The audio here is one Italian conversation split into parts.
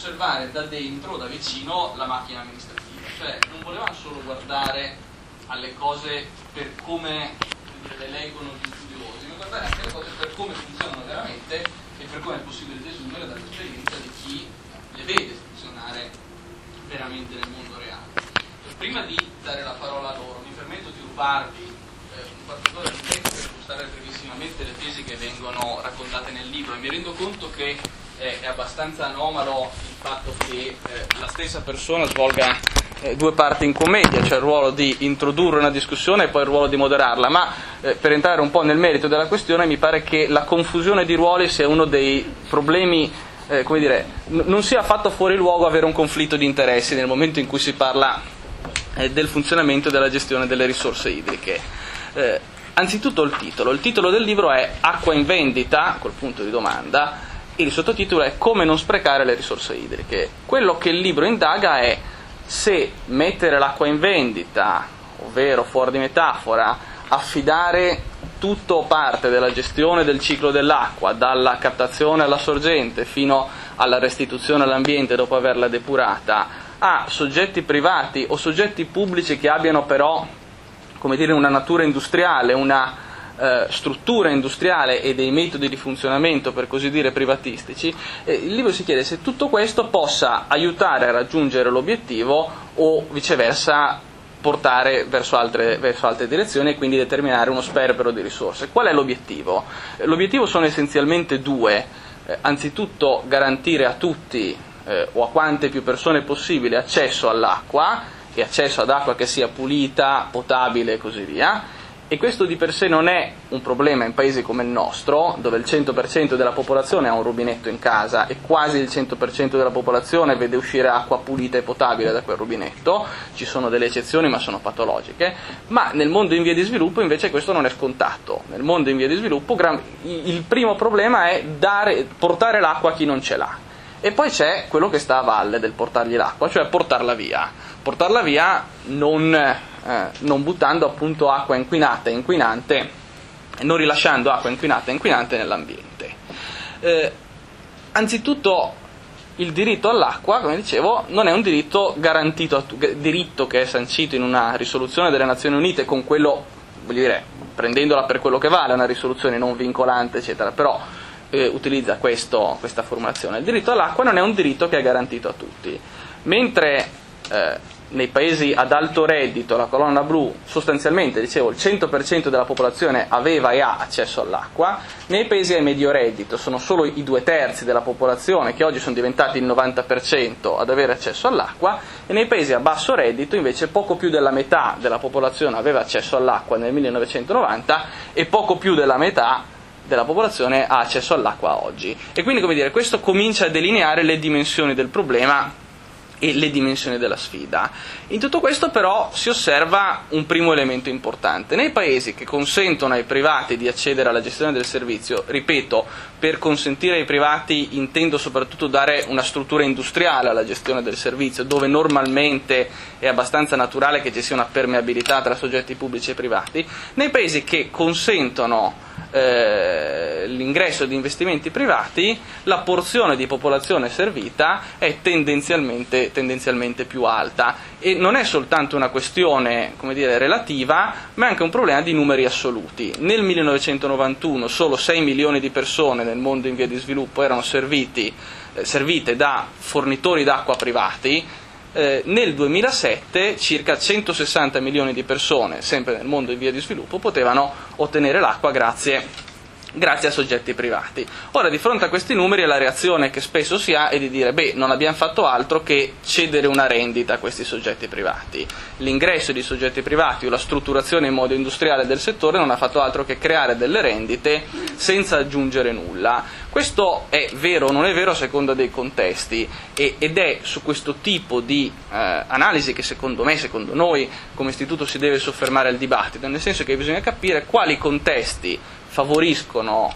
osservare da dentro, da vicino, la macchina amministrativa, cioè non volevano solo guardare alle cose per come le leggono gli studiosi, ma guardare anche le cose per come funzionano veramente e per come è possibile desumere dall'esperienza di chi le vede funzionare veramente nel mondo reale. Prima di dare la parola a loro, mi permetto di rubarvi un quarto d'ora di tempo per illustrare brevissimamente le tesi che vengono raccontate nel libro, e mi rendo conto che è abbastanza anomalo il fatto che la stessa persona svolga due parti in commedia, cioè il ruolo di introdurre una discussione e poi il ruolo di moderarla, ma per entrare un po' nel merito della questione, mi pare che la confusione di ruoli sia uno dei problemi, come dire, non sia affatto fuori luogo avere un conflitto di interessi nel momento in cui si parla del funzionamento e della gestione delle risorse idriche. Anzitutto il titolo del libro è Acqua in vendita, col punto di domanda, e il sottotitolo è Come non sprecare le risorse idriche. Quello che il libro indaga è se mettere l'acqua in vendita, ovvero, fuori di metafora, affidare tutto o parte della gestione del ciclo dell'acqua, dalla captazione alla sorgente fino alla restituzione all'ambiente dopo averla depurata, a soggetti privati o soggetti pubblici che abbiano però, come dire, una natura industriale, una struttura industriale e dei metodi di funzionamento, per così dire, privatistici, il libro si chiede se tutto questo possa aiutare a raggiungere l'obiettivo o viceversa portare verso altre direzioni e quindi determinare uno sperpero di risorse. Qual è l'obiettivo? L'obiettivo sono essenzialmente due: anzitutto garantire a tutti o a quante più persone possibile accesso all'acqua, e accesso ad acqua che sia pulita, potabile e così via. E questo di per sé non è un problema in paesi come il nostro, dove il 100% della popolazione ha un rubinetto in casa e quasi il 100% della popolazione vede uscire acqua pulita e potabile da quel rubinetto. Ci sono delle eccezioni, ma sono patologiche. Ma nel mondo in via di sviluppo invece questo non è scontato. Nel mondo in via di sviluppo il primo problema è portare l'acqua a chi non ce l'ha. E poi c'è quello che sta a valle del portargli l'acqua, cioè portarla via. Portarla via non buttando appunto acqua inquinata e inquinante, non rilasciando acqua inquinata e inquinante nell'ambiente. Anzitutto il diritto all'acqua, come dicevo, non è un diritto garantito, diritto che è sancito in una risoluzione delle Nazioni Unite, con quello, voglio dire, prendendola per quello che vale, una risoluzione non vincolante, eccetera, però utilizza questa formulazione. Il diritto all'acqua non è un diritto che è garantito a tutti, mentre nei paesi ad alto reddito, la colonna blu, sostanzialmente, dicevo, il 100% della popolazione aveva e ha accesso all'acqua. Nei paesi a medio reddito sono solo i 2/3 della popolazione, che oggi sono diventati il 90%, ad avere accesso all'acqua, e nei paesi a basso reddito invece poco più della metà della popolazione aveva accesso all'acqua nel 1990 e poco più della metà della popolazione ha accesso all'acqua oggi. E quindi, come dire, questo comincia a delineare le dimensioni del problema e le dimensioni della sfida. In tutto questo però si osserva un primo elemento importante. Nei paesi che consentono ai privati di accedere alla gestione del servizio, ripeto, per consentire ai privati intendo soprattutto dare una struttura industriale alla gestione del servizio, dove normalmente è abbastanza naturale che ci sia una permeabilità tra soggetti pubblici e privati, nei paesi che consentono l'ingresso di investimenti privati, la porzione di popolazione servita è tendenzialmente più alta, e non è soltanto una questione, come dire, relativa, ma è anche un problema di numeri assoluti. Nel 1991 solo 6 milioni di persone nel mondo in via di sviluppo erano servite da fornitori d'acqua privati. Nel 2007 circa 160 milioni di persone, sempre nel mondo in via di sviluppo, potevano ottenere l'acqua grazie a soggetti privati. Ora, di fronte a questi numeri, la reazione che spesso si ha è di dire: non abbiamo fatto altro che cedere una rendita a questi soggetti privati. L'ingresso di soggetti privati o la strutturazione in modo industriale del settore non ha fatto altro che creare delle rendite senza aggiungere nulla. Questo è vero o non è vero a seconda dei contesti, ed è su questo tipo di analisi che secondo noi come istituto si deve soffermare il dibattito, nel senso che bisogna capire quali contesti favoriscono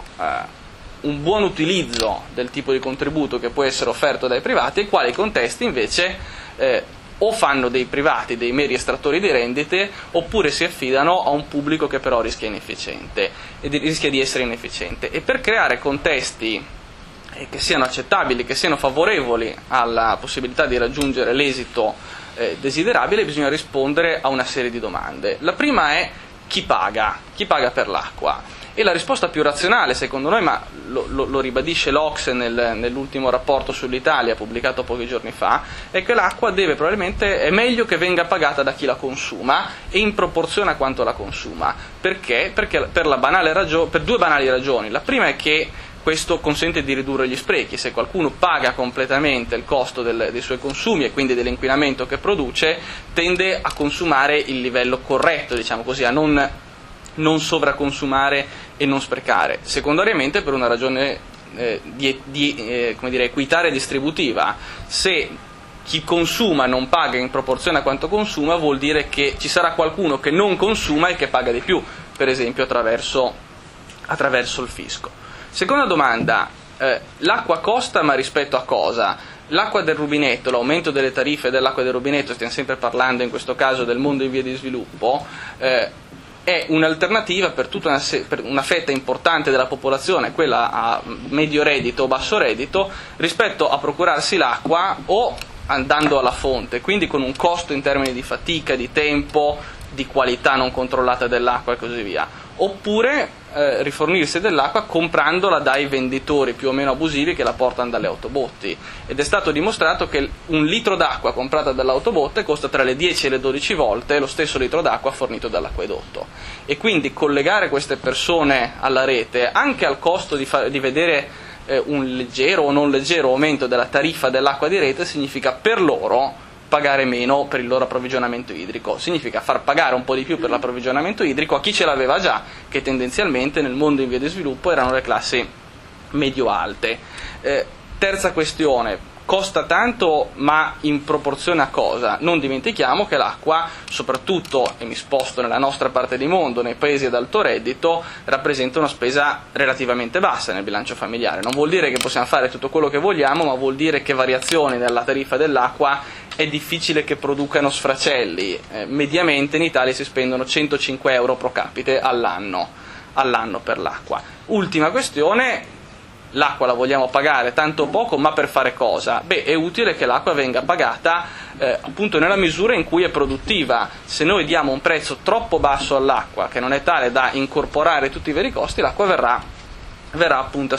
un buon utilizzo del tipo di contributo che può essere offerto dai privati, e quali contesti invece o fanno dei privati dei meri estrattori di rendite, oppure si affidano a un pubblico che però rischia di essere inefficiente. E per creare contesti che siano accettabili, che siano favorevoli alla possibilità di raggiungere l'esito desiderabile, bisogna rispondere a una serie di domande. La prima è: chi paga per l'acqua? E la risposta più razionale, secondo noi, ma lo ribadisce l'Ocse nell'ultimo rapporto sull'Italia pubblicato pochi giorni fa, è che l'acqua è meglio che venga pagata da chi la consuma e in proporzione a quanto la consuma. Perché? Perché per due banali ragioni. La prima è che questo consente di ridurre gli sprechi. Se qualcuno paga completamente il costo dei suoi consumi e quindi dell'inquinamento che produce, tende a consumare il livello corretto, diciamo così, a non sovraconsumare e non sprecare. Secondariamente, per una ragione di equità redistributiva. Se chi consuma non paga in proporzione a quanto consuma, vuol dire che ci sarà qualcuno che non consuma e che paga di più, per esempio attraverso il fisco. Seconda domanda: l'acqua costa, ma rispetto a cosa? L'acqua del rubinetto, l'aumento delle tariffe dell'acqua del rubinetto, stiamo sempre parlando in questo caso del mondo in via di sviluppo, è un'alternativa per per una fetta importante della popolazione, quella a medio reddito o basso reddito, rispetto a procurarsi l'acqua o andando alla fonte, quindi con un costo in termini di fatica, di tempo, di qualità non controllata dell'acqua e così via, oppure rifornirsi dell'acqua comprandola dai venditori più o meno abusivi che la portano dalle autobotti. Ed è stato dimostrato che un litro d'acqua comprata dall'autobotte costa tra le 10 e le 12 volte lo stesso litro d'acqua fornito dall'acquedotto. E quindi collegare queste persone alla rete, anche al costo di vedere un leggero o non leggero aumento della tariffa dell'acqua di rete, significa per loro pagare meno per il loro approvvigionamento idrico, significa far pagare un po' di più per l'approvvigionamento idrico a chi ce l'aveva già, che tendenzialmente nel mondo in via di sviluppo erano le classi medio-alte. Terza questione: costa tanto, ma in proporzione a cosa? Non dimentichiamo che l'acqua, soprattutto, e mi sposto nella nostra parte di mondo, nei paesi ad alto reddito, rappresenta una spesa relativamente bassa nel bilancio familiare. Non vuol dire che possiamo fare tutto quello che vogliamo, ma vuol dire che variazioni nella tariffa dell'acqua è difficile che producano sfracelli. Mediamente in Italia si spendono 105 euro pro capite all'anno per l'acqua. Ultima questione: l'acqua la vogliamo pagare tanto o poco, ma per fare cosa? È utile che l'acqua venga pagata appunto nella misura in cui è produttiva. Se noi diamo un prezzo troppo basso all'acqua, che non è tale da incorporare tutti i veri costi, l'acqua verrà appunto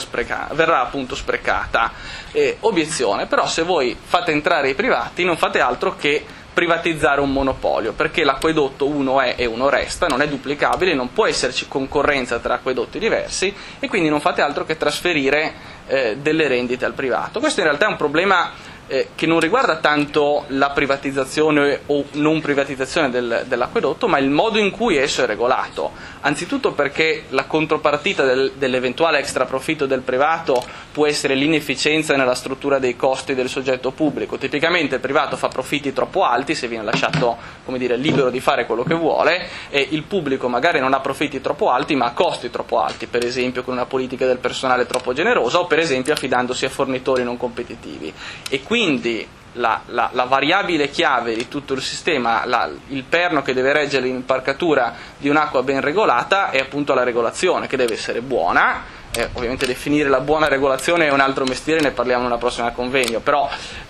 sprecata. Obiezione: però se voi fate entrare i privati non fate altro che privatizzare un monopolio, perché l'acquedotto uno è e uno resta, non è duplicabile, non può esserci concorrenza tra acquedotti diversi, e quindi non fate altro che trasferire delle rendite al privato. Questo in realtà è un problema che non riguarda tanto la privatizzazione o non privatizzazione dell'acquedotto, ma il modo in cui esso è regolato. Anzitutto perché la contropartita dell'eventuale extraprofitto del privato può essere l'inefficienza nella struttura dei costi del soggetto pubblico. Tipicamente il privato fa profitti troppo alti se viene lasciato, libero di fare quello che vuole, e il pubblico magari non ha profitti troppo alti ma ha costi troppo alti, per esempio con una politica del personale troppo generosa o per esempio affidandosi a fornitori non competitivi. E quindi la variabile chiave di tutto il sistema, il perno che deve reggere l'impalcatura di un'acqua ben regolata, è appunto la regolazione, che deve essere buona. Ovviamente definire la buona regolazione è un altro mestiere, ne parliamo in una prossima convegno, però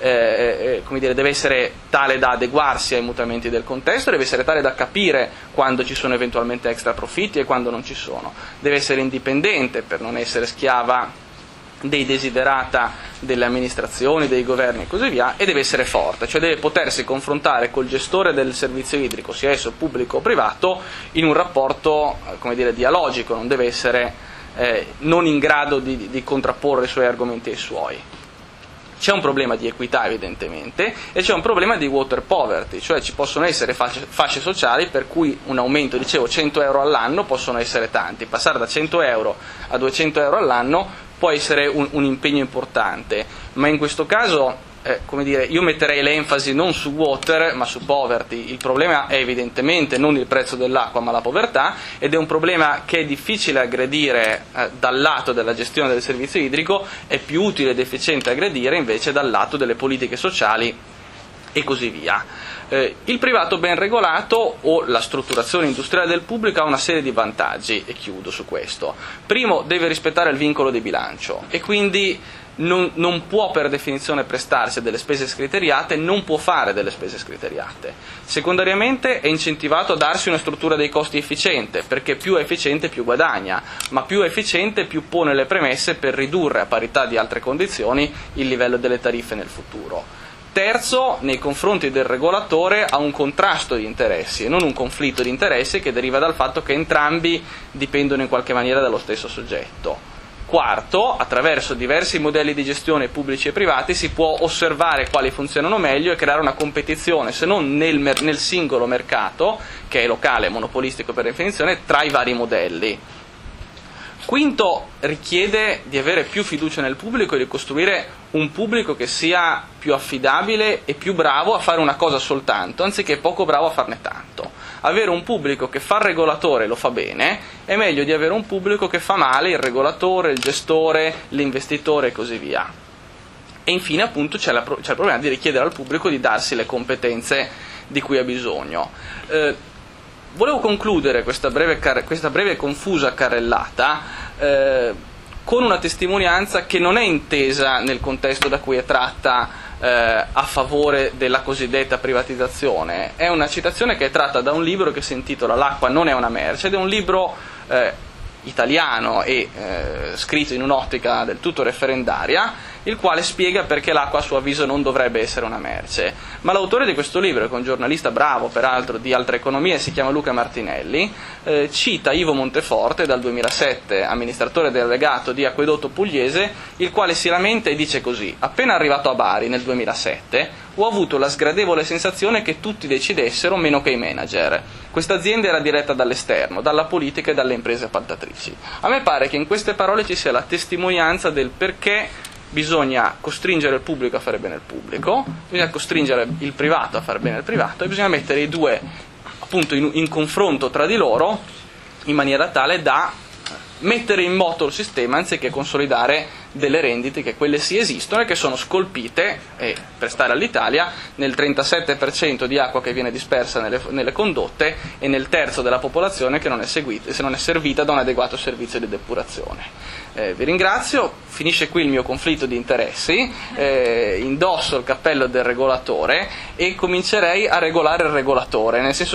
deve essere tale da adeguarsi ai mutamenti del contesto, deve essere tale da capire quando ci sono eventualmente extra profitti e quando non ci sono, deve essere indipendente per non essere schiava dei desiderata delle amministrazioni, dei governi e così via, e deve essere forte, cioè deve potersi confrontare col gestore del servizio idrico, sia esso pubblico o privato, in un rapporto dialogico, non deve essere non in grado di contrapporre i suoi argomenti ai suoi. C'è un problema di equità evidentemente, e c'è un problema di water poverty, cioè ci possono essere fasce sociali per cui un aumento, 100 euro all'anno possono essere tanti. Passare da 100 euro a 200 euro all'anno può essere un impegno importante, ma in questo caso io metterei l'enfasi non su water ma su poverty. Il problema è evidentemente non il prezzo dell'acqua ma la povertà, ed è un problema che è difficile aggredire dal lato della gestione del servizio idrico, è più utile ed efficiente aggredire invece dal lato delle politiche sociali e così via. Il privato ben regolato o la strutturazione industriale del pubblico ha una serie di vantaggi, e chiudo su questo. Primo, deve rispettare il vincolo di bilancio e quindi non può per definizione prestarsi a delle spese scriteriate, non può fare delle spese scriteriate. Secondariamente è incentivato a darsi una struttura dei costi efficiente, perché più è efficiente più guadagna, ma più è efficiente più pone le premesse per ridurre a parità di altre condizioni il livello delle tariffe nel futuro. Terzo, nei confronti del regolatore ha un contrasto di interessi e non un conflitto di interessi che deriva dal fatto che entrambi dipendono in qualche maniera dallo stesso soggetto. Quarto, attraverso diversi modelli di gestione pubblici e privati si può osservare quali funzionano meglio e creare una competizione, se non nel singolo mercato, che è locale e monopolistico per definizione, tra i vari modelli. Quinto, richiede di avere più fiducia nel pubblico e di costruire un pubblico che sia più affidabile e più bravo a fare una cosa soltanto, anziché poco bravo a farne tanto. Avere un pubblico che fa il regolatore e lo fa bene è meglio di avere un pubblico che fa male il regolatore, il gestore, l'investitore e così via. E infine appunto c'è il problema di richiedere al pubblico di darsi le competenze di cui ha bisogno. Volevo concludere questa breve e confusa carrellata con una testimonianza che non è intesa nel contesto da cui è tratta a favore della cosiddetta privatizzazione. È una citazione che è tratta da un libro che si intitola L'acqua non è una merce, ed è un libro italiano e scritto in un'ottica del tutto referendaria, il quale spiega perché l'acqua a suo avviso non dovrebbe essere una merce. Ma l'autore di questo libro, che è un giornalista bravo peraltro di altre economie, si chiama Luca Martinelli, cita Ivo Monteforte, dal 2007 amministratore delegato di Acquedotto Pugliese, il quale si lamenta e dice così: appena arrivato a Bari nel 2007 ho avuto la sgradevole sensazione che tutti decidessero meno che i manager. Questa azienda era diretta dall'esterno, dalla politica e dalle imprese appaltatrici. A me pare che in queste parole ci sia la testimonianza del perché bisogna costringere il pubblico a fare bene il pubblico, bisogna costringere il privato a fare bene il privato e bisogna mettere i due appunto in confronto tra di loro in maniera tale da mettere in moto il sistema anziché consolidare delle rendite che quelle sì esistono e che sono scolpite, per stare all'Italia, nel 37% di acqua che viene dispersa nelle condotte e nel terzo della popolazione che non è servita da un adeguato servizio di depurazione. Vi ringrazio, finisce qui il mio conflitto di interessi, indosso il cappello del regolatore e comincerei a regolare il regolatore, nel senso